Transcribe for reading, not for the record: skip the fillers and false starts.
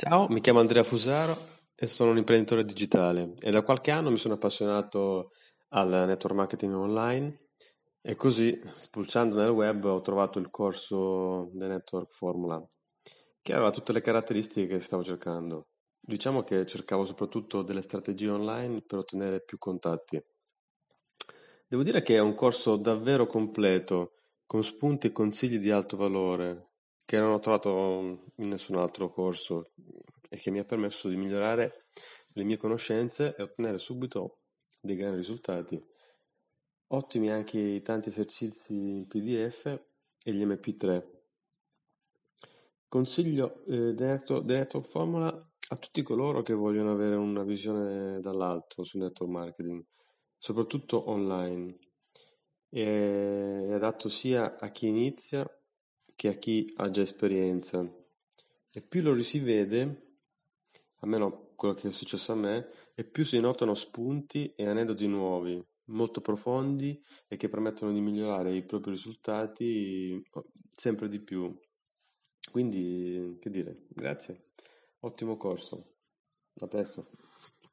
Ciao, mi chiamo Andrea Fusaro e sono un imprenditore digitale e da qualche anno mi sono appassionato al network marketing online e così, spulciando nel web, ho trovato il corso The Network Formula, che aveva tutte le caratteristiche che stavo cercando. Diciamo che cercavo soprattutto delle strategie online per ottenere più contatti. Devo dire che è un corso davvero completo, con spunti e consigli di alto valore, che non ho trovato in nessun altro corso e che mi ha permesso di migliorare le mie conoscenze e ottenere subito dei grandi risultati. Ottimi anche i tanti esercizi in PDF e gli MP3. Consiglio The Network Formula a tutti coloro che vogliono avere una visione dall'alto sul network marketing, soprattutto online. È adatto sia a chi inizia che a chi ha già esperienza. E più lo si vede, almeno quello che è successo a me, e più si notano spunti e aneddoti nuovi, molto profondi e che permettono di migliorare i propri risultati sempre di più. Quindi, che dire, grazie. Ottimo corso. A presto.